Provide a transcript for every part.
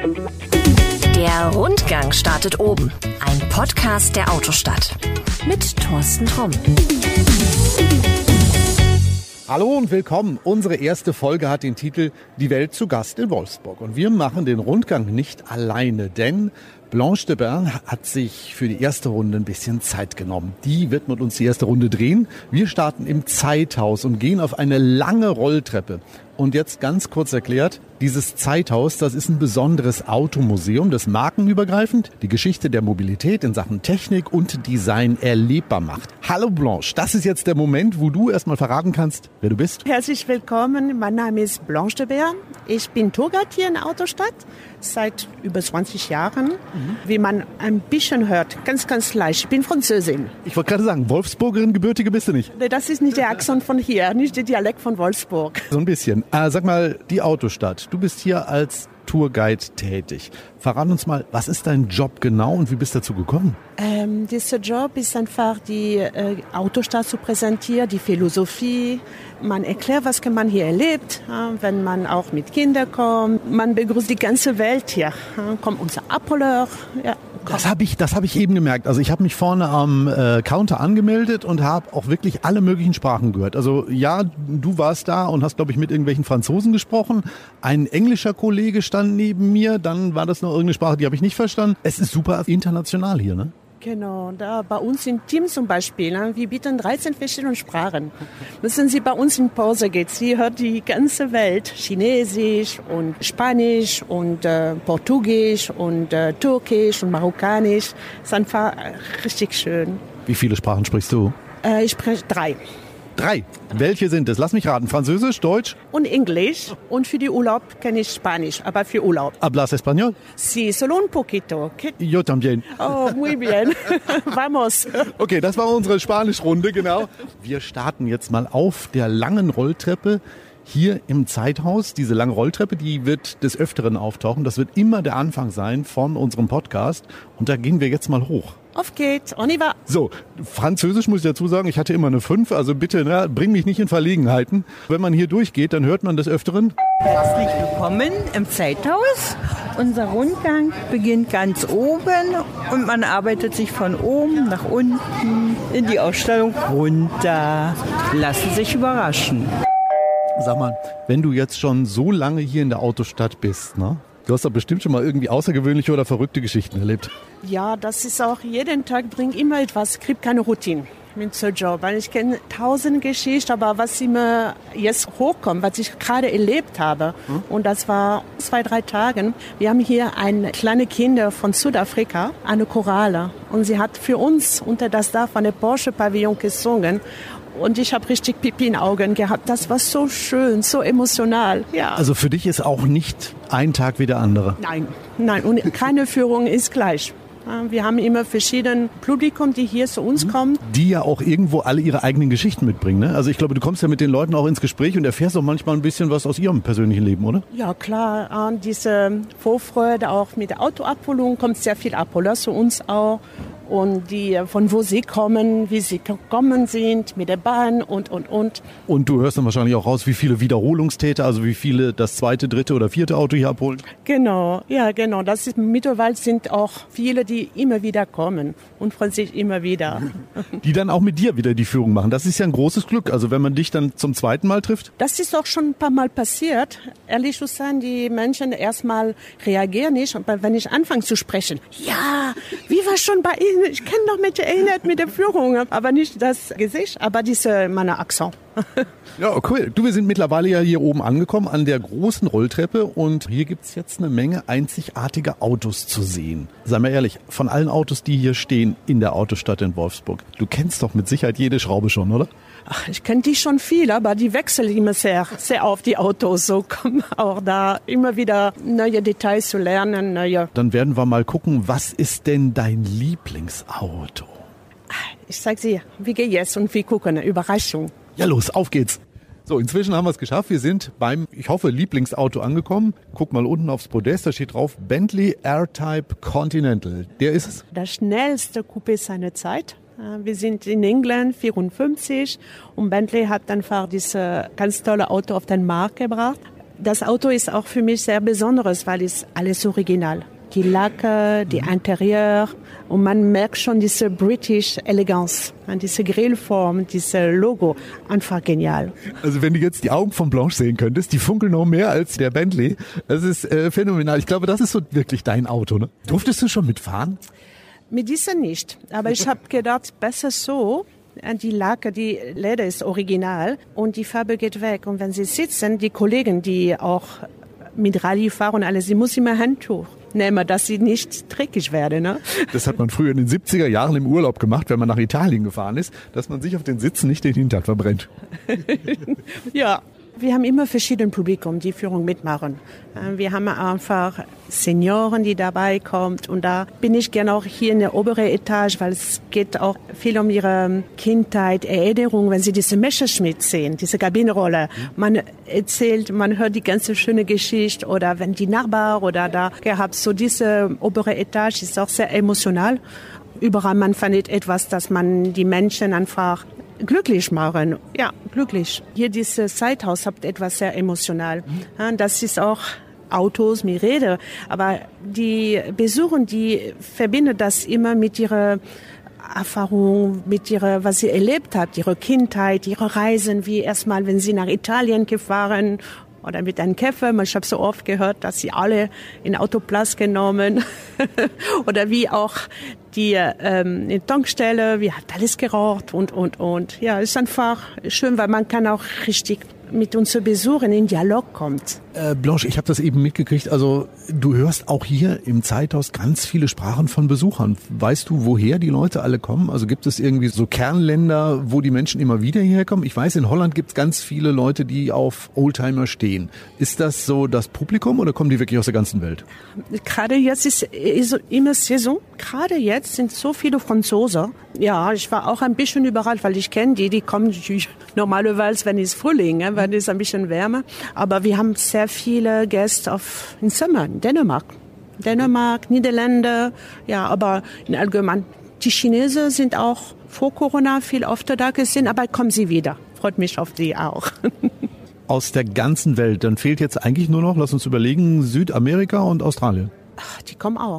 Der Rundgang startet oben. Ein Podcast der Autostadt. Mit Thorsten Tromm. Hallo und willkommen. Unsere erste Folge hat den Titel Die Welt zu Gast in Wolfsburg. Und wir machen den Rundgang nicht alleine, denn Blanche de Bern hat sich für die erste Runde ein bisschen Zeit genommen. Die wird mit uns die erste Runde drehen. Wir starten im Zeithaus und gehen auf eine lange Rolltreppe. Und jetzt ganz kurz erklärt, dieses Zeithaus, das ist ein besonderes Automuseum, das markenübergreifend die Geschichte der Mobilität in Sachen Technik und Design erlebbar macht. Hallo Blanche, das ist jetzt der Moment, wo du erstmal verraten kannst, wer du bist. Herzlich willkommen, mein Name ist Blanche de Bern. Ich bin Tourguide hier in der Autostadt seit über 20 Jahren. Wie man ein bisschen hört, ganz, ganz leicht. Ich bin Französin. Ich wollte gerade sagen, Wolfsburgerin, gebürtige bist du nicht. Das ist nicht der Akzent von hier, nicht der Dialekt von Wolfsburg. So ein bisschen. Sag mal, die Autostadt. Du bist hier als Tourguide tätig. Verrat uns mal, was ist dein Job genau und wie bist du dazu gekommen? Dieser Job ist einfach, die Autostadt zu präsentieren, die Philosophie. Man erklärt, was man hier erlebt, wenn man auch mit Kindern kommt. Man begrüßt die ganze Welt hier. Kommt unser Abholeur. Ja. Das hab ich eben gemerkt. Also ich habe mich vorne am Counter angemeldet und habe auch wirklich alle möglichen Sprachen gehört. Also ja, du warst da und hast, glaube ich, mit irgendwelchen Franzosen gesprochen. Ein englischer Kollege stand neben mir. Dann war das noch irgendeine Sprache, die habe ich nicht verstanden. Es ist super international hier, ne? Genau, da bei uns im Team zum Beispiel, wir bieten 13 verschiedene Sprachen. Müssen Sie bei uns in Pause gehen, Sie hört die ganze Welt, Chinesisch und Spanisch und Portugiesisch und Türkisch und Marokkanisch. Das ist einfach richtig schön. Wie viele Sprachen sprichst du? Ich spreche 3. 3? Welche sind es? Lass mich raten. Französisch, Deutsch? Und Englisch. Und für die Urlaub kenne ich Spanisch, aber für Urlaub. ¿Hablas español? Sí, solo un poquito. Yo también. Oh, muy bien. Vamos. Okay, das war unsere Spanischrunde, genau. Wir starten jetzt mal auf der langen Rolltreppe hier im Zeithaus. Diese lange Rolltreppe, die wird des Öfteren auftauchen. Das wird immer der Anfang sein von unserem Podcast. Und da gehen wir jetzt mal hoch. Auf geht's, on y va. So, Französisch muss ich dazu sagen, ich hatte immer eine 5, also bitte bring mich nicht in Verlegenheiten. Wenn man hier durchgeht, dann hört man des Öfteren. Herzlich willkommen im Zeithaus. Unser Rundgang beginnt ganz oben und man arbeitet sich von oben nach unten in die Ausstellung runter. Lassen sich überraschen. Sag mal, wenn du jetzt schon so lange hier in der Autostadt bist, ne? Du hast doch bestimmt schon mal irgendwie außergewöhnliche oder verrückte Geschichten erlebt. Ja, das ist auch, jeden Tag bringt immer etwas. Es gibt keine Routine mit so einem Job. Weil ich kenne 1000 Geschichten, aber was immer jetzt hochkommt, was ich gerade erlebt habe. Und das war 2-3 Tage. Wir haben hier ein kleines Kind von Südafrika, eine Koralle. Und sie hat für uns unter das Dach von der Porsche-Pavillon gesungen. Und ich habe richtig Pipi in den Augen gehabt. Das war so schön, so emotional. Ja. Also für dich ist auch nicht ein Tag wie der andere? Nein. Und keine Führung ist gleich. Wir haben immer verschiedene Publikum, die hier zu uns kommen. Die ja auch irgendwo alle ihre eigenen Geschichten mitbringen, ne? Also ich glaube, du kommst ja mit den Leuten auch ins Gespräch und erfährst auch manchmal ein bisschen was aus ihrem persönlichen Leben, oder? Ja, klar. Diese Vorfreude auch mit der Autoabholung kommt sehr viel Abholer zu uns auch. Und die, von wo sie kommen, wie sie gekommen sind, mit der Bahn und. Und du hörst dann wahrscheinlich auch raus, wie viele Wiederholungstäter, also wie viele das 2., 3. oder 4. Auto hier abholen? Genau, ja genau. Das ist, mittlerweile sind auch viele, die immer wieder kommen und freuen sich immer wieder. Die dann auch mit dir wieder die Führung machen. Das ist ja ein großes Glück, also wenn man dich dann zum 2. Mal trifft. Das ist auch schon ein paar Mal passiert. Ehrlich zu sein, die Menschen erstmal reagieren nicht. Und wenn ich anfange zu sprechen, ja, wie war schon bei Ihnen? Ich kenne doch mich erinnert mit der Führung, aber nicht das Gesicht, aber meine Akzent. Ja, cool. Du, wir sind mittlerweile ja hier oben angekommen an der großen Rolltreppe und hier gibt's jetzt eine Menge einzigartiger Autos zu sehen. Sei mal ehrlich, von allen Autos, die hier stehen in der Autostadt in Wolfsburg, du kennst doch mit Sicherheit jede Schraube schon, oder? Ach, ich kenne die schon viel, aber die wechseln immer sehr, sehr auf die Autos. So kommen auch da immer wieder neue Details zu lernen. Dann werden wir mal gucken, was ist denn dein Lieblingsauto? Ich sag dir, wir gehen jetzt und wir gucken, eine Überraschung. Ja los, auf geht's. So, inzwischen haben wir es geschafft. Wir sind beim, ich hoffe, Lieblingsauto angekommen. Guck mal unten aufs Podest, da steht drauf Bentley R-Type Continental. Der ist es? Das schnellste Coupé seiner Zeit. Wir sind in England, 54, und Bentley hat einfach dieses ganz tolle Auto auf den Markt gebracht. Das Auto ist auch für mich sehr besonderes, weil es alles original. Die Lacke, die Interieur und man merkt schon diese British Eleganz, diese Grillform, diese Logo, einfach genial. Also wenn du jetzt die Augen von Blanche sehen könntest, die funkeln noch mehr als der Bentley. Das ist phänomenal. Ich glaube, das ist so wirklich dein Auto, ne? Durftest du schon mitfahren? Mit dieser nicht, aber ich habe gedacht, besser so. Die Lacke, die Leder ist original und die Farbe geht weg. Und wenn sie sitzen, die Kollegen, die auch mit Rallye fahren, alles, sie muss immer Handtuch nehmen, dass sie nicht dreckig werden. Ne? Das hat man früher in den 70er Jahren im Urlaub gemacht, wenn man nach Italien gefahren ist, dass man sich auf den Sitzen nicht den Hintern verbrennt. Ja. Wir haben immer verschiedene Publikum, die Führung mitmachen. Wir haben einfach Senioren, die dabei kommen. Und da bin ich gerne auch hier in der oberen Etage, weil es geht auch viel um ihre Kindheit, Erinnerung, wenn sie diese Messerschmitt sehen, diese Kabinenrolle. Man erzählt, man hört die ganze schöne Geschichte oder wenn die Nachbar oder da gehabt. So diese obere Etage ist auch sehr emotional. Überall man findet etwas, dass man die Menschen einfach glücklich machen. Ja, glücklich. Hier dieses Zeithaus hat etwas sehr emotional. Das ist auch Autos, mir Rede. Aber die Besucher, die verbinden das immer mit ihrer Erfahrung, mit ihrer, was sie erlebt hat, ihre Kindheit, ihre Reisen, wie erstmal, wenn sie nach Italien gefahren oder mit einem Käfer. Ich habe so oft gehört, dass sie alle in Autoplatz genommen oder wie auch die Tankstelle, wie hat alles geraucht und. Ja, ist einfach schön, weil man kann auch richtig mit unseren Besuchern in Dialog kommt. Blanche, ich habe das eben mitgekriegt. Also du hörst auch hier im Zeithaus ganz viele Sprachen von Besuchern. Weißt du, woher die Leute alle kommen? Also gibt es irgendwie so Kernländer, wo die Menschen immer wieder hierher kommen? Ich weiß, in Holland gibt es ganz viele Leute, die auf Oldtimer stehen. Ist das so das Publikum oder kommen die wirklich aus der ganzen Welt? Gerade jetzt ist immer Saison. Gerade jetzt sind so viele Franzosen. Ja, ich war auch ein bisschen überrascht, weil ich kenne die kommen normalerweise, wenn es Frühling, wenn es ein bisschen wärmer. Aber wir haben sehr viele Gäste im Sommer in Dänemark, Niederlande, ja, aber in allgemein. Die Chinesen sind auch vor Corona viel öfter da gewesen, aber kommen sie wieder. Freut mich auf die auch. Aus der ganzen Welt, dann fehlt jetzt eigentlich nur noch, lass uns überlegen, Südamerika und Australien. Ach, die kommen auch.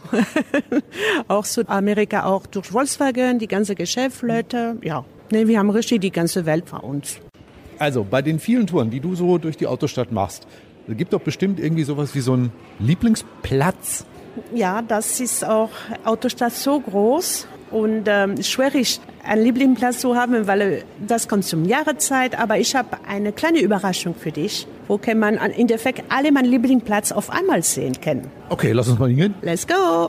Auch Südamerika, auch durch Volkswagen, die ganze Geschäftsleute, ja. Nee, wir haben richtig die ganze Welt bei uns. Also bei den vielen Touren, die du so durch die Autostadt machst, gibt doch bestimmt irgendwie sowas wie so einen Lieblingsplatz. Ja, das ist auch Autostadt so groß und schwierig, einen Lieblingsplatz zu haben, weil das kommt zum Jahreszeit. Aber ich habe eine kleine Überraschung für dich, wo kann man in der Effekt alle meinen Lieblingsplatz auf einmal sehen können. Okay, lass uns mal hingehen. Let's go!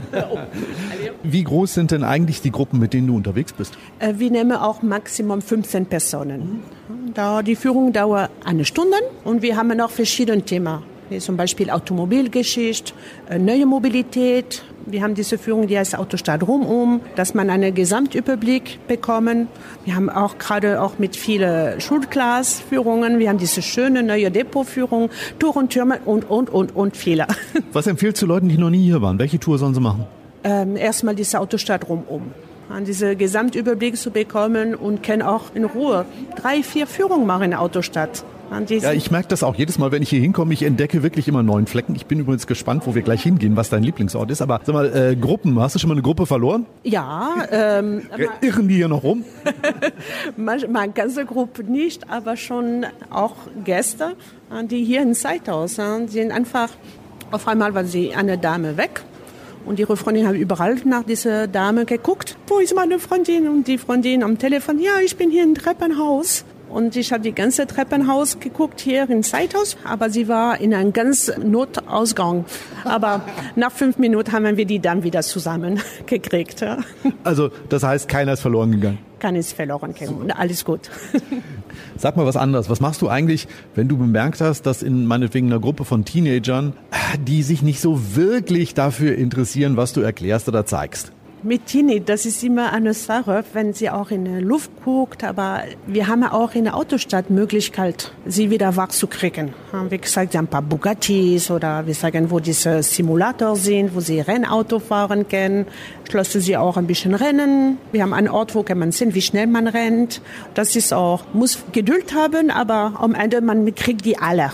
Wie groß sind denn eigentlich die Gruppen, mit denen du unterwegs bist? Wir nehmen auch Maximum 15 Personen. Die Führung dauert 1 Stunde und wir haben noch verschiedene Themen. Wie zum Beispiel Automobilgeschichte, neue Mobilität. Wir haben diese Führung, die heißt Autostadt rundum, dass man einen Gesamtüberblick bekommen. Wir haben auch gerade auch mit vielen Schulklassführungen. Wir haben diese schöne neue Depotführung, Tour und Türme und viele. Was empfiehlst du Leuten, die noch nie hier waren? Welche Tour sollen sie machen? Erstmal diese Autostadt rundum. An diesen Gesamtüberblick zu bekommen und können auch in Ruhe 3-4 Führungen machen in der Autostadt. Ja, ich merke das auch jedes Mal, wenn ich hier hinkomme. Ich entdecke wirklich immer neuen Flecken. Ich bin übrigens gespannt, wo wir gleich hingehen, was dein Lieblingsort ist. Aber sag mal, Gruppen, hast du schon mal eine Gruppe verloren? Ja. Irren die hier noch rum? Meine ganze Gruppe nicht, aber schon auch Gäste, die hier im Zeithaus sind. Die sind einfach, auf einmal war sie eine Dame weg. Und ihre Freundin hat überall nach dieser Dame geguckt. Wo ist meine Freundin? Und die Freundin am Telefon, ja, ich bin hier im Treppenhaus. Und ich habe die ganze Treppenhaus geguckt hier im Zeithaus, aber sie war in einem ganz Notausgang. Aber nach 5 Minuten haben wir die dann wieder zusammengekriegt. Ja. Also das heißt, keiner ist verloren gegangen? Keiner ist verloren gegangen. Alles gut. Sag mal was anderes. Was machst du eigentlich, wenn du bemerkt hast, dass in meinetwegen einer Gruppe von Teenagern, die sich nicht so wirklich dafür interessieren, was du erklärst oder zeigst? Mit Tini, das ist immer eine Sache, wenn sie auch in die Luft guckt. Aber wir haben auch in der Autostadt Möglichkeit, sie wieder wach zu kriegen. Wie gesagt, sie haben ein paar Bugattis oder wir sagen, wo diese Simulator sind, wo sie Rennauto fahren können. Ich lasse sie auch ein bisschen rennen. Wir haben einen Ort, wo kann man sehen, wie schnell man rennt. Das ist auch, muss Geduld haben, aber am Ende, man kriegt die alle.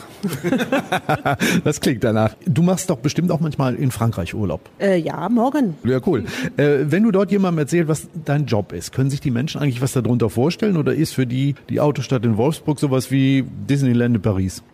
Das klingt danach. Du machst doch bestimmt auch manchmal in Frankreich Urlaub. Ja, morgen. Ja, cool. Wenn du dort jemandem erzählst, was dein Job ist, können sich die Menschen eigentlich was darunter vorstellen oder ist für die Autostadt in Wolfsburg sowas wie Disneyland in Paris?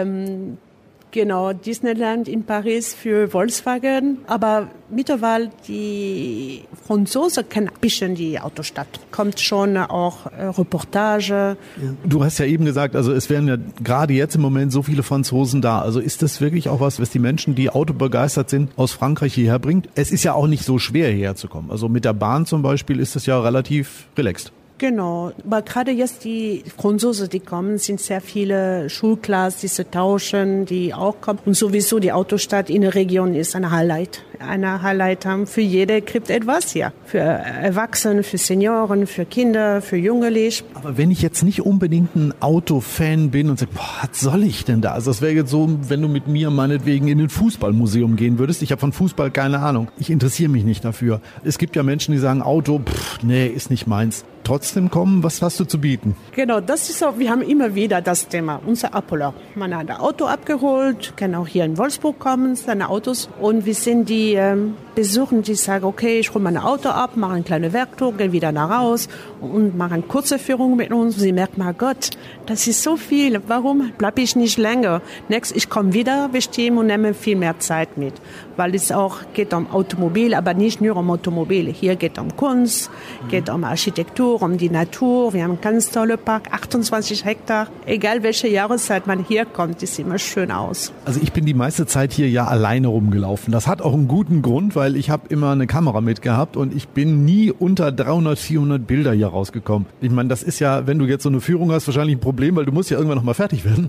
Genau, Disneyland in Paris für Volkswagen. Aber mittlerweile die Franzosen kennen ein bisschen die Autostadt. Kommt schon auch Reportage. Ja. Du hast ja eben gesagt, also es wären ja gerade jetzt im Moment so viele Franzosen da. Also ist das wirklich auch was die Menschen, die autobegeistert sind, aus Frankreich hierher bringt? Es ist ja auch nicht so schwer hierher zu kommen. Also mit der Bahn zum Beispiel ist es ja relativ relaxed. Genau, aber gerade jetzt die Franzosen, die kommen, sind sehr viele Schulklassen, diese tauschen, die auch kommen. Und sowieso die Autostadt in der Region ist eine Highlight. Eine Highlight haben für jede kriegt etwas hier. Für Erwachsene, für Senioren, für Kinder, für Jugendliche. Aber wenn ich jetzt nicht unbedingt ein Autofan bin und sage, was soll ich denn da? Also das wäre jetzt so, wenn du mit mir meinetwegen in ein Fußballmuseum gehen würdest. Ich habe von Fußball keine Ahnung. Ich interessiere mich nicht dafür. Es gibt ja Menschen, die sagen, Auto, nee, ist nicht meins. Trotzdem kommen, was hast du zu bieten? Genau, das ist auch, wir haben immer wieder das Thema, unser Apollo. Man hat ein Auto abgeholt, kann auch hier in Wolfsburg kommen, seine Autos. Und wir sind die Besucher, die sagen, okay, ich hole mein Auto ab, mache eine kleine Werktour, gehe wieder nach Hause und mache eine kurze Führung mit uns. Sie merken, mein Gott, das ist so viel, warum bleibe ich nicht länger? Ich komme wieder bestimmt und nehme viel mehr Zeit mit. Weil es auch geht um Automobil, aber nicht nur um Automobil. Hier geht es um Kunst, geht um Architektur, um die Natur. Wir haben einen ganz tollen Park, 28 Hektar. Egal welche Jahreszeit man hier kommt, sieht immer schön aus. Also ich bin die meiste Zeit hier ja alleine rumgelaufen. Das hat auch einen guten Grund, weil ich habe immer eine Kamera mitgehabt und ich bin nie unter 300, 400 Bilder hier rausgekommen. Ich meine, das ist ja, wenn du jetzt so eine Führung hast, wahrscheinlich ein Problem, weil du musst ja irgendwann noch mal fertig werden.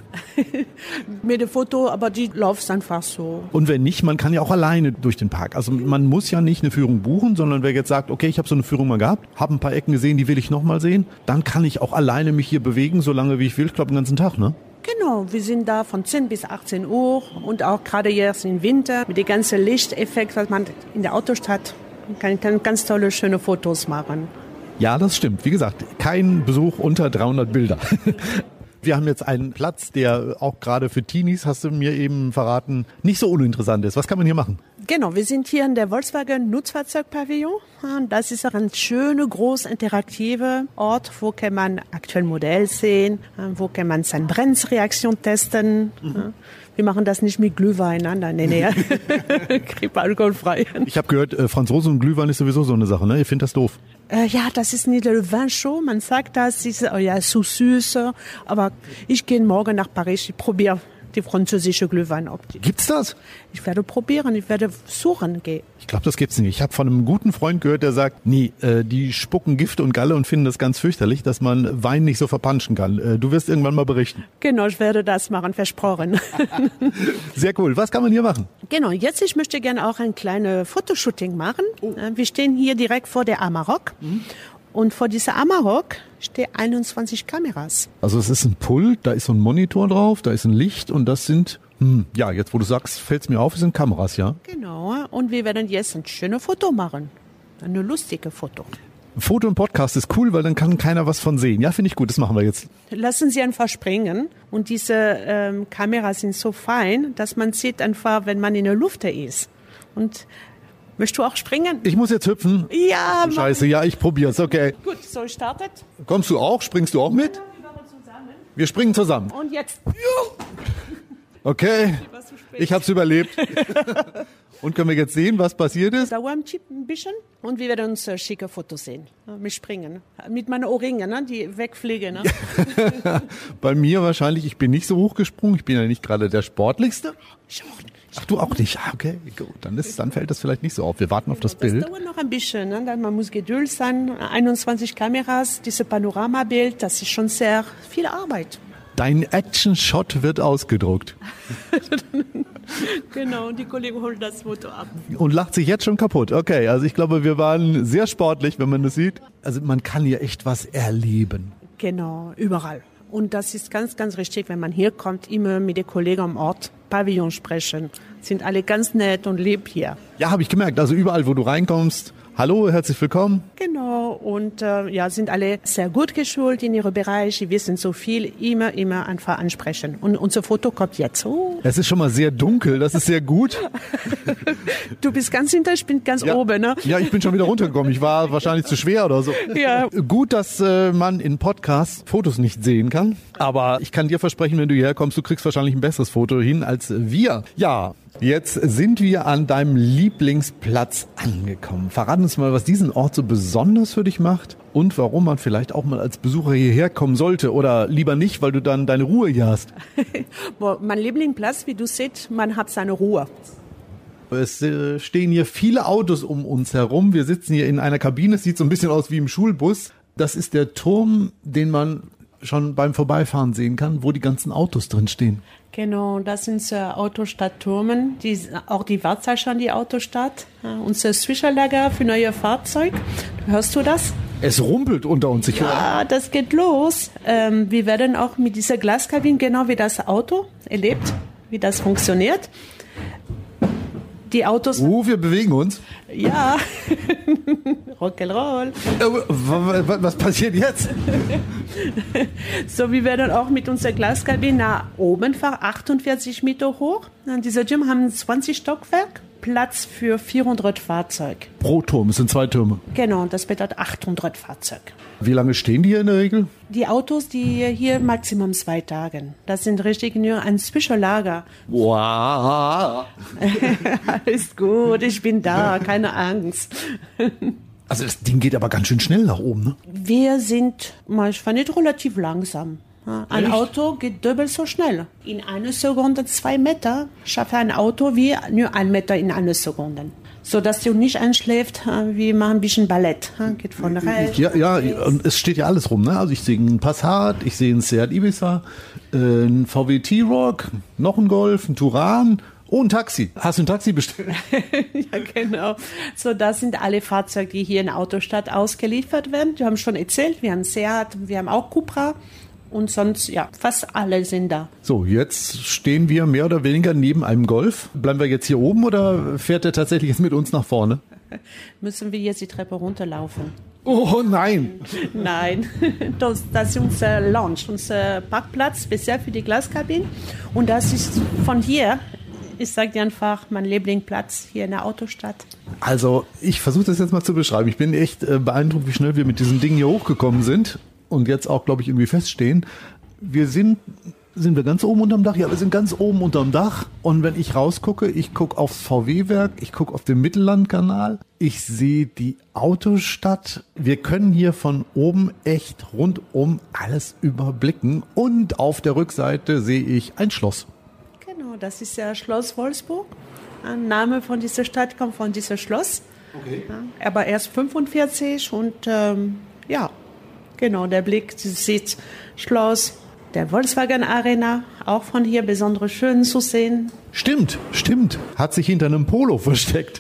Mit dem Foto, aber die läuft einfach so. Und wenn nicht, man kann ja auch alleine durch den Park. Also man muss ja nicht eine Führung buchen, sondern wer jetzt sagt, okay, ich habe so eine Führung mal gehabt, habe ein paar Ecken gesehen, die will ich noch mal sehen, dann kann ich auch alleine mich hier bewegen, so lange wie ich will. Ich glaube, den ganzen Tag, ne? Genau, wir sind da von 10 bis 18 Uhr und auch gerade jetzt im Winter mit dem ganzen Lichteffekt, was man in der Autostadt kann ganz tolle, schöne Fotos machen. Ja, das stimmt. Wie gesagt, kein Besuch unter 300 Bilder. Wir haben jetzt einen Platz, der auch gerade für Teenies, hast du mir eben verraten, nicht so uninteressant ist. Was kann man hier machen? Genau, wir sind hier in der Volkswagen Nutzfahrzeugpavillon. Das ist auch ein schöner, groß interaktiver Ort, wo kann man aktuell Modell sehen, wo kann man seine Bremsreaktion testen. Wir machen das nicht mit Glühwein, nee. Krieg alkoholfrei. Ich habe gehört, Franzosen und Glühwein ist sowieso so eine Sache, ne? Ihr findet das doof? Ja, das ist nicht der Vin chaud. Man sagt das, ist ja so süß. Aber ich gehe morgen nach Paris, ich probiere die französische Glühwein. Gibt's das? Ich werde probieren, ich werde suchen gehen. Ich glaube, das gibt's nicht. Ich habe von einem guten Freund gehört, der sagt, nee, die spucken Gift und Galle und finden das ganz fürchterlich, dass man Wein nicht so verpanschen kann. Du wirst irgendwann mal berichten. Genau, ich werde das machen, versprochen. Sehr cool. Was kann man hier machen? Genau, jetzt ich möchte gerne auch ein kleines Fotoshooting machen. Oh. Wir stehen hier direkt vor der Amarok. Und vor dieser Amarok stehen 21 Kameras. Also es ist ein Pult, da ist so ein Monitor drauf, da ist ein Licht und das sind, ja, jetzt wo du sagst, fällt es mir auf, es sind Kameras, ja? Genau, und wir werden jetzt ein schönes Foto machen. Ein lustiges Foto. Foto und Podcast ist cool, weil dann kann keiner was von sehen. Ja, finde ich gut, das machen wir jetzt. Lassen Sie einfach springen. Und diese Kameras sind so fein, dass man sieht einfach, wenn man in der Luft ist. Und möchtest du auch springen? Ich muss jetzt hüpfen? Ja. Scheiße, ja, ich probier's, okay. Gut, so startet. Kommst du auch? Springst du auch mit? Ja, wir machen zusammen. Wir springen zusammen. Und jetzt. Okay, ich hab's überlebt. Und können wir jetzt sehen, was passiert ist? Dauert ein bisschen und wir werden uns schicke Fotos sehen. Mit Springen. Mit meinen Ohrringen, ne, die wegfliegen. Ne? Bei mir wahrscheinlich, ich bin nicht so hoch gesprungen. Ich bin ja nicht gerade der Sportlichste. Ach, du auch nicht? Ah, okay, gut. Dann fällt das vielleicht nicht so auf. Wir warten auf das Bild. Das dauert noch ein bisschen. Ne? Man muss Geduld sein. 21 Kameras, diese Panoramabild, das ist schon sehr viel Arbeit. Dein Action-Shot wird ausgedruckt. Genau, und die Kollegen holen das Foto ab. Und lacht sich jetzt schon kaputt. Okay, also ich glaube, wir waren sehr sportlich, wenn man das sieht. Also man kann hier echt was erleben. Genau, überall. Und das ist ganz, ganz richtig, wenn man hier kommt, immer mit den Kollegen am Ort Pavillon sprechen. Sind alle ganz nett und lieb hier. Ja, habe ich gemerkt. Also überall, wo du reinkommst, hallo, herzlich willkommen. Genau, und sind alle sehr gut geschult in ihrem Bereich. Sie wissen so viel, immer einfach ansprechen. Und unser Foto kommt jetzt. Oh. Es ist schon mal sehr dunkel, das ist sehr gut. Du bist ganz hinter, ich bin ganz oben, ne? Ja, ich bin schon wieder runtergekommen. Ich war wahrscheinlich zu schwer oder so. Ja. Gut, dass man in Podcasts Fotos nicht sehen kann. Aber ich kann dir versprechen, wenn du hierher kommst, du kriegst wahrscheinlich ein besseres Foto hin als wir. Ja, jetzt sind wir an deinem Lieblingsplatz angekommen. Verrat uns mal, was diesen Ort so besonders für dich macht und warum man vielleicht auch mal als Besucher hierher kommen sollte oder lieber nicht, weil du dann deine Ruhe hier hast. Mein Lieblingsplatz, wie du siehst, man hat seine Ruhe. Es stehen hier viele Autos um uns herum. Wir sitzen hier in einer Kabine, es sieht so ein bisschen aus wie im Schulbus. Das ist der Turm, den man schon beim Vorbeifahren sehen kann, wo die ganzen Autos drin stehen. Genau, das sind Autostadt-Türme, auch die Wahrzeichen an die Autostadt. Unser Zwischenlager für neue Fahrzeuge. Hörst du das? Es rumpelt unter uns. Ja, das geht los. Wir werden auch mit dieser Glaskabine, genau wie das Auto, erlebt, wie das funktioniert. Die Autos... wir bewegen uns. Ja, Rock'n'Roll. Was passiert jetzt? So, wir werden auch mit unserer Glaskabine nach oben fahren, 48 Meter hoch. Diese Türme haben 20 Stockwerk, Platz für 400 Fahrzeuge. Pro Turm, es sind 2 Türme. Genau, das bedeutet 800 Fahrzeuge. Wie lange stehen die hier in der Regel? Die Autos, die hier Maximum 2 Tage. Das sind richtig nur ein Zwischenlager. Wow. Alles gut, ich bin da, keine Angst. Also das Ding geht aber ganz schön schnell nach oben, ne? Wir sind manchmal nicht relativ langsam. Ein Echt? Auto geht doppelt so schnell. In einer Sekunde 2 Meter schafft ein Auto wie nur 1 Meter in einer Sekunde. So dass du nicht einschläft, wir machen ein bisschen Ballett. Geht von rechts. Ja, und es steht ja alles rum, ne? Also ich sehe einen Passat, ich sehe einen Seat Ibiza, einen VW T-Roc, noch einen Golf, einen Turan. Oh, ein Taxi. Hast du ein Taxi bestellt? Ja, genau. So, das sind alle Fahrzeuge, die hier in der Autostadt ausgeliefert werden. Wir haben schon erzählt, wir haben Seat, wir haben auch Cupra. Und sonst, ja, fast alle sind da. So, jetzt stehen wir mehr oder weniger neben einem Golf. Bleiben wir jetzt hier oben oder fährt der tatsächlich jetzt mit uns nach vorne? Müssen wir jetzt die Treppe runterlaufen? Oh nein! Nein, das ist unser Lounge, unser Parkplatz, speziell für die Glaskabine. Und das ist von hier, ich sage dir einfach, mein Lieblingsplatz hier in der Autostadt. Also, ich versuche das jetzt mal zu beschreiben. Ich bin echt beeindruckt, wie schnell wir mit diesen Dingen hier hochgekommen sind. Und jetzt auch, glaube ich, irgendwie feststehen. Sind wir ganz oben unterm Dach? Ja, wir sind ganz oben unterm Dach. Und wenn ich rausgucke, ich gucke aufs VW-Werk, ich gucke auf den Mittellandkanal, ich sehe die Autostadt. Wir können hier von oben echt rundum alles überblicken. Und auf der Rückseite sehe ich ein Schloss. Genau, das ist ja Schloss Wolfsburg. Ein Name von dieser Stadt kommt von diesem Schloss. Okay. Ja, aber erst 45 und ja. Genau, der Blick, du siehst Schloss, der Volkswagen Arena, auch von hier besonders schön zu sehen. Stimmt. Hat sich hinter einem Polo versteckt.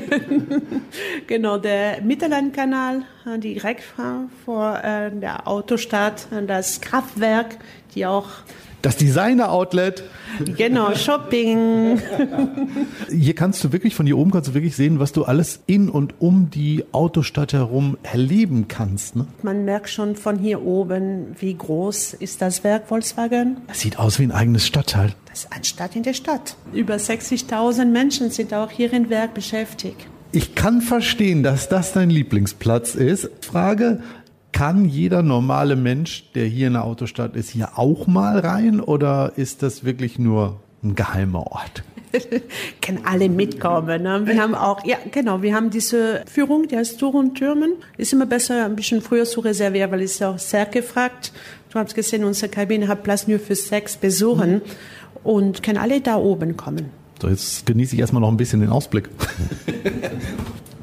Genau, der Mittellandkanal, direkt vor der Autostadt, das Kraftwerk, die auch... Das Designer-Outlet. Genau, Shopping. Hier kannst du wirklich, von hier oben kannst du wirklich sehen, was du alles in und um die Autostadt herum erleben kannst. Ne? Man merkt schon von hier oben, wie groß ist das Werk Volkswagen. Das sieht aus wie ein eigenes Stadtteil. Das ist eine Stadt in der Stadt. Über 60.000 Menschen sind auch hier im Werk beschäftigt. Ich kann verstehen, dass das dein Lieblingsplatz ist. Frage: Kann jeder normale Mensch, der hier in der Autostadt ist, hier auch mal rein oder ist das wirklich nur ein geheimer Ort? Können alle mitkommen. Ne? Wir haben auch, ja genau, wir haben diese Führung, die heißt Tour und Türmen. Ist immer besser, ein bisschen früher zu reservieren, weil es ist auch sehr gefragt. Du hast gesehen, unsere Kabine hat Platz nur für 6 Besucher und können alle da oben kommen. So, jetzt genieße ich erstmal noch ein bisschen den Ausblick.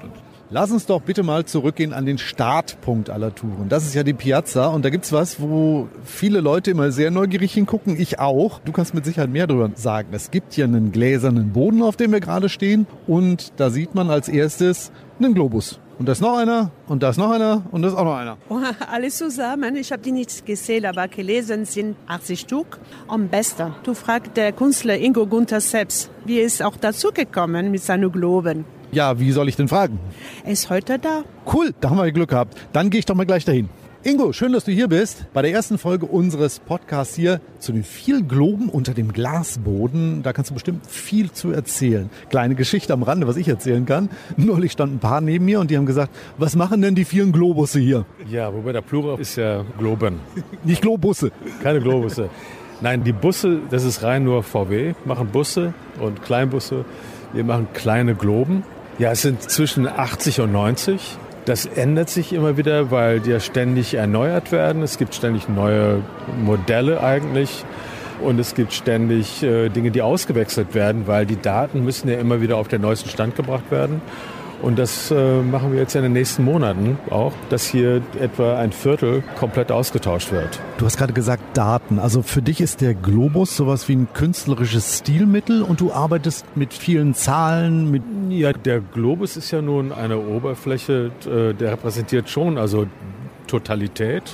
Lass uns doch bitte mal zurückgehen an den Startpunkt aller Touren. Das ist ja die Piazza und da gibt's was, wo viele Leute immer sehr neugierig hingucken, ich auch. Du kannst mit Sicherheit mehr darüber sagen. Es gibt hier einen gläsernen Boden, auf dem wir gerade stehen und da sieht man als erstes einen Globus. Und da ist noch einer und da ist noch einer und da ist auch noch einer. Oh, alles zusammen, ich habe die nicht gesehen, aber gelesen sind 80 Stück. Am besten, du fragst der Künstler Ingo Gunther selbst, wie er ist auch dazu gekommen mit seinen Globen. Ja, wie soll ich denn fragen? Er ist heute da. Cool, da haben wir Glück gehabt. Dann gehe ich doch mal gleich dahin. Ingo, schön, dass du hier bist. Bei der ersten Folge unseres Podcasts hier zu den vielen Globen unter dem Glasboden. Da kannst du bestimmt viel zu erzählen. Kleine Geschichte am Rande, was ich erzählen kann. Neulich standen ein paar neben mir und die haben gesagt, was machen denn die vielen Globusse hier? Ja, wobei der Plural ist ja Globen. Nicht Globusse. Keine Globusse. Nein, die Busse, das ist rein nur VW, machen Busse und Kleinbusse. Wir machen kleine Globen. Ja, es sind zwischen 80 und 90. Das ändert sich immer wieder, weil die ja ständig erneuert werden. Es gibt ständig neue Modelle eigentlich. Und es gibt ständig Dinge, die ausgewechselt werden, weil die Daten müssen ja immer wieder auf den neuesten Stand gebracht werden. Und das machen wir jetzt in den nächsten Monaten auch, dass hier etwa ein Viertel komplett ausgetauscht wird. Du hast gerade gesagt Daten. Also für dich ist der Globus sowas wie ein künstlerisches Stilmittel und du arbeitest mit vielen Zahlen. Ja, der Globus ist ja nun eine Oberfläche, der repräsentiert schon also Totalität.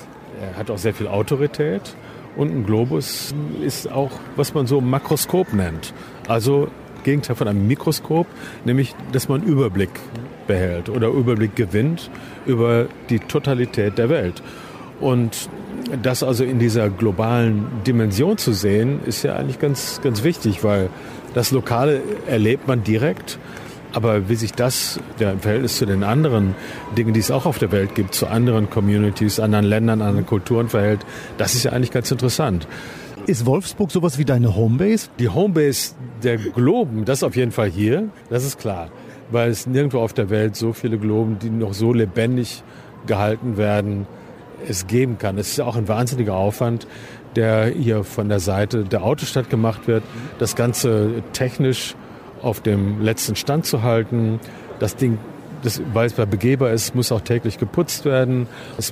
Er hat auch sehr viel Autorität. Und ein Globus ist auch, was man so Makroskop nennt. Also Gegenteil von einem Mikroskop, nämlich, dass man Überblick behält oder Überblick gewinnt über die Totalität der Welt. Und das also in dieser globalen Dimension zu sehen, ist ja eigentlich ganz, ganz wichtig, weil das Lokale erlebt man direkt. Aber wie sich das im Verhältnis zu den anderen Dingen, die es auch auf der Welt gibt, zu anderen Communities, anderen Ländern, anderen Kulturen verhält, das ist ja eigentlich ganz interessant. Ist Wolfsburg sowas wie deine Homebase? Die Homebase der Globen, das auf jeden Fall hier, das ist klar. Weil es nirgendwo auf der Welt so viele Globen, die noch so lebendig gehalten werden, es geben kann. Es ist ja auch ein wahnsinniger Aufwand, der hier von der Seite der Autostadt gemacht wird, das Ganze technisch auf dem letzten Stand zu halten. Das Ding, weil es begehbar ist, muss auch täglich geputzt werden.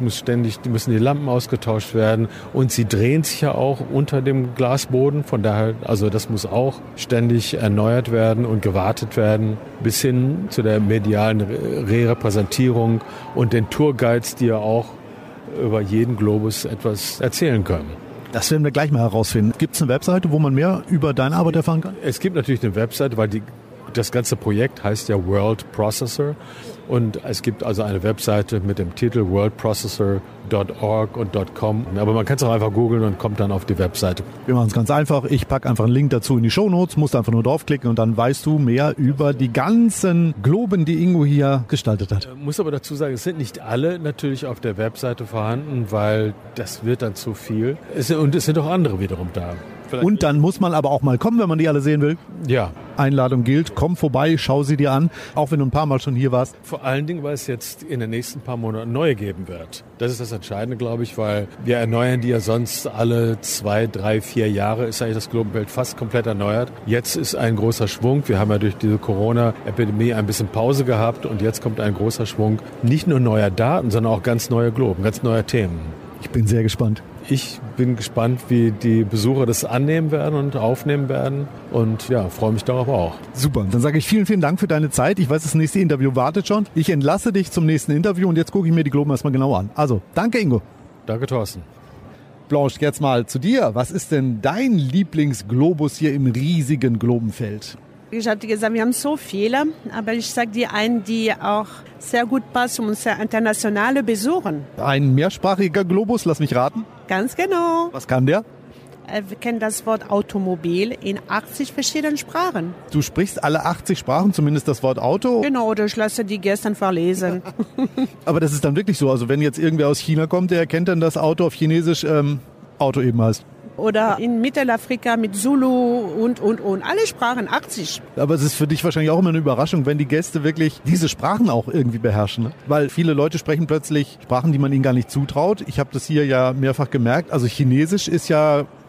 Müssen die Lampen ausgetauscht werden. Und sie drehen sich ja auch unter dem Glasboden. Von daher, also das muss auch ständig erneuert werden und gewartet werden. Bis hin zu der medialen Repräsentierung und den Tourguides, die ja auch über jeden Globus etwas erzählen können. Das werden wir gleich mal herausfinden. Gibt es eine Webseite, wo man mehr über deine Arbeit erfahren kann? Es gibt natürlich eine Webseite, weil das ganze Projekt heißt ja World Processor und es gibt also eine Webseite mit dem Titel worldprocessor.org und .com. Aber man kann es auch einfach googeln und kommt dann auf die Webseite. Wir machen es ganz einfach. Ich packe einfach einen Link dazu in die Shownotes, musst einfach nur draufklicken und dann weißt du mehr über die ganzen Globen, die Ingo hier gestaltet hat. Ich muss aber dazu sagen, es sind nicht alle natürlich auf der Webseite vorhanden, weil das wird dann zu viel. Und es sind auch andere wiederum da. Und dann muss man aber auch mal kommen, wenn man die alle sehen will. Ja. Einladung gilt, komm vorbei, schau sie dir an, auch wenn du ein paar Mal schon hier warst. Vor allen Dingen, weil es jetzt in den nächsten paar Monaten neue geben wird. Das ist das Entscheidende, glaube ich, weil wir erneuern die ja sonst alle 2, 3, 4 Jahre, ist eigentlich das Globenbild fast komplett erneuert. Jetzt ist ein großer Schwung. Wir haben ja durch diese Corona-Epidemie ein bisschen Pause gehabt und jetzt kommt ein großer Schwung. Nicht nur neuer Daten, sondern auch ganz neue Globen, ganz neue Themen. Ich bin sehr gespannt. Ich bin gespannt, wie die Besucher das annehmen werden und aufnehmen werden und ja, freue mich darauf auch. Super, dann sage ich vielen, vielen Dank für deine Zeit. Ich weiß, das nächste Interview wartet schon. Ich entlasse dich zum nächsten Interview und jetzt gucke ich mir die Globen erstmal genau an. Also, danke Ingo. Danke Thorsten. Blanche, jetzt mal zu dir. Was ist denn dein Lieblingsglobus hier im riesigen Globenfeld? Ich hatte gesagt, wir haben so viele, aber ich sage dir einen, die auch sehr gut passt, um unsere internationale Besuchen. Ein mehrsprachiger Globus, lass mich raten. Ganz genau. Was kann der? Wir kennen das Wort Automobil in 80 verschiedenen Sprachen. Du sprichst alle 80 Sprachen, zumindest das Wort Auto? Genau, oder ich lasse die gestern verlesen. Aber das ist dann wirklich so, also wenn jetzt irgendwer aus China kommt, der erkennt dann das Auto auf Chinesisch, Auto eben heißt. Oder in Mittelafrika mit Zulu und. Alle Sprachen, 80. Aber es ist für dich wahrscheinlich auch immer eine Überraschung, wenn die Gäste wirklich diese Sprachen auch irgendwie beherrschen. Ne? Weil viele Leute sprechen plötzlich Sprachen, die man ihnen gar nicht zutraut. Ich habe das hier ja mehrfach gemerkt. Also Chinesisch ist ja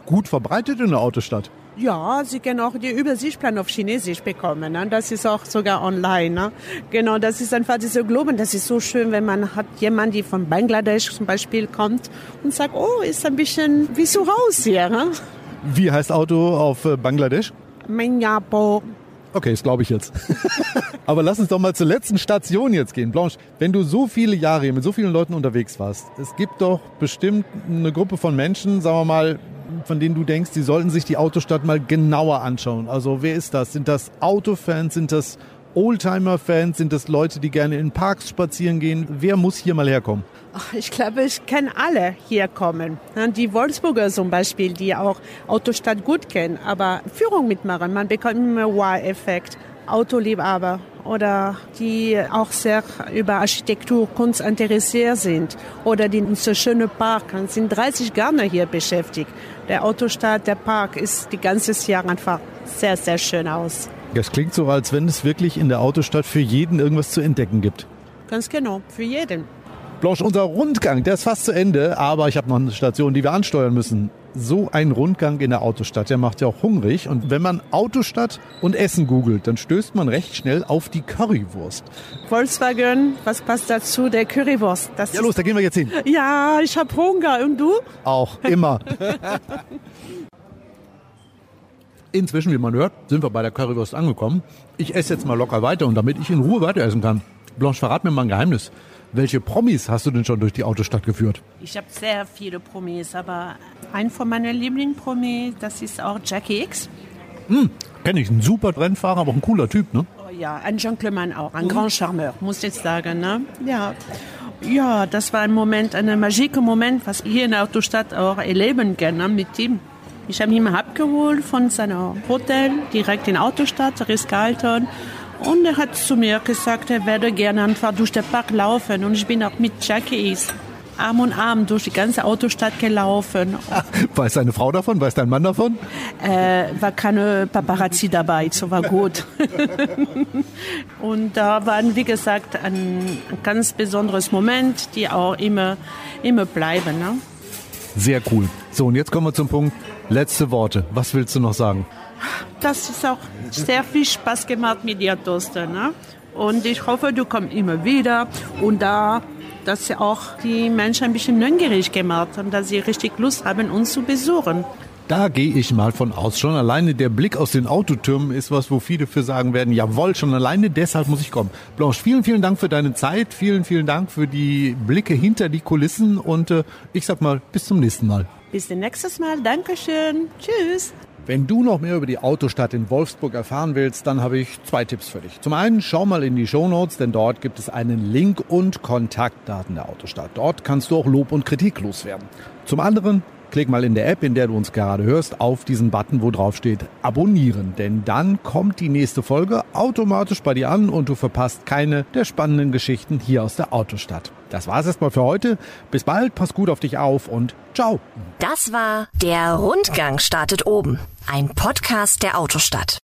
gut verbreitet in der Autostadt. Ja, Sie können auch die Übersichtsplan auf Chinesisch bekommen. Ne? Das ist auch sogar online. Ne? Genau, das ist einfach diese Globen. Das ist so schön, wenn man hat jemanden, die von Bangladesch zum Beispiel kommt und sagt, oh, ist ein bisschen wie zu Hause hier. Ne? Wie heißt Auto auf Bangladesch? Menyapo. Okay, das glaube ich jetzt. Aber lass uns doch mal zur letzten Station jetzt gehen. Blanche, wenn du so viele Jahre hier mit so vielen Leuten unterwegs warst, es gibt doch bestimmt eine Gruppe von Menschen, sagen wir mal, von denen du denkst, die sollten sich die Autostadt mal genauer anschauen. Also wer ist das? Sind das Autofans? Sind das Oldtimer-Fans? Sind das Leute, die gerne in Parks spazieren gehen? Wer muss hier mal herkommen? Ich glaube, ich kann alle hier kommen. Die Wolfsburger zum Beispiel, die auch Autostadt gut kennen, aber Führung mitmachen. Man bekommt immer Wow-Effekt. Autoliebhaber oder die auch sehr über Architektur, Kunst interessiert sind oder die in so schöne Park sind 30 Gärtner hier beschäftigt. Der Autostadt, der Park ist die ganze Jahr einfach sehr, sehr schön aus. Das klingt so, als wenn es wirklich in der Autostadt für jeden irgendwas zu entdecken gibt. Ganz genau, für jeden. Blanche, unser Rundgang, der ist fast zu Ende, aber ich habe noch eine Station, die wir ansteuern müssen. So ein Rundgang in der Autostadt, der macht ja auch hungrig. Und wenn man Autostadt und Essen googelt, dann stößt man recht schnell auf die Currywurst. Volkswagen, was passt dazu? Der Currywurst. Das ja los, da gehen wir jetzt hin. Ja, ich habe Hunger. Und du? Auch, immer. Inzwischen, wie man hört, sind wir bei der Currywurst angekommen. Ich esse jetzt mal locker weiter und damit ich in Ruhe weiter essen kann. Blanche, verrat mir mal ein Geheimnis. Welche Promis hast du denn schon durch die Autostadt geführt? Ich habe sehr viele Promis, aber ein von meinen Lieblingspromis, das ist auch Jackie X. Kenne ich, ein super Rennfahrer, aber auch ein cooler Typ, ne? Oh ja, ein Gentleman auch, ein Grand Charmeur, muss ich sagen, ne? Ja, das war ein Moment, ein magischer Moment, was ich hier in der Autostadt auch erleben kann, ne, mit ihm. Ich habe ihn abgeholt von seinem Hotel, direkt in der Autostadt, Ritz-Carlton. Und er hat zu mir gesagt, er werde gerne einfach durch den Park laufen. Und ich bin auch mit Jackie Arm in Arm durch die ganze Autostadt gelaufen. Weiß deine Frau davon? Weiß dein Mann davon? War keine Paparazzi dabei, so war gut. Und da war, wie gesagt, ein ganz besonderes Moment, die auch immer bleiben. Ne? Sehr cool. So, und jetzt kommen wir zum Punkt. Letzte Worte. Was willst du noch sagen? Das ist auch sehr viel Spaß gemacht mit dir, Thorsten. Ne? Und ich hoffe, du kommst immer wieder. Und dass sie auch die Menschen ein bisschen neugierig gemacht haben, dass sie richtig Lust haben, uns zu besuchen. Da gehe ich mal von aus. Schon alleine der Blick aus den Autotürmen ist was, wo viele für sagen werden, jawohl, schon alleine deshalb muss ich kommen. Blanche, vielen, vielen Dank für deine Zeit. Vielen, vielen Dank für die Blicke hinter die Kulissen. Und ich sag mal, bis zum nächsten Mal. Bis zum nächsten Mal. Dankeschön. Tschüss. Wenn du noch mehr über die Autostadt in Wolfsburg erfahren willst, dann habe ich 2 Tipps für dich. Zum einen, schau mal in die Shownotes, denn dort gibt es einen Link und Kontaktdaten der Autostadt. Dort kannst du auch Lob und Kritik loswerden. Zum anderen, klick mal in der App, in der du uns gerade hörst, auf diesen Button, wo drauf steht Abonnieren. Denn dann kommt die nächste Folge automatisch bei dir an und du verpasst keine der spannenden Geschichten hier aus der Autostadt. Das war's erstmal für heute. Bis bald, pass gut auf dich auf und ciao. Das war Der Rundgang startet oben, ein Podcast der Autostadt.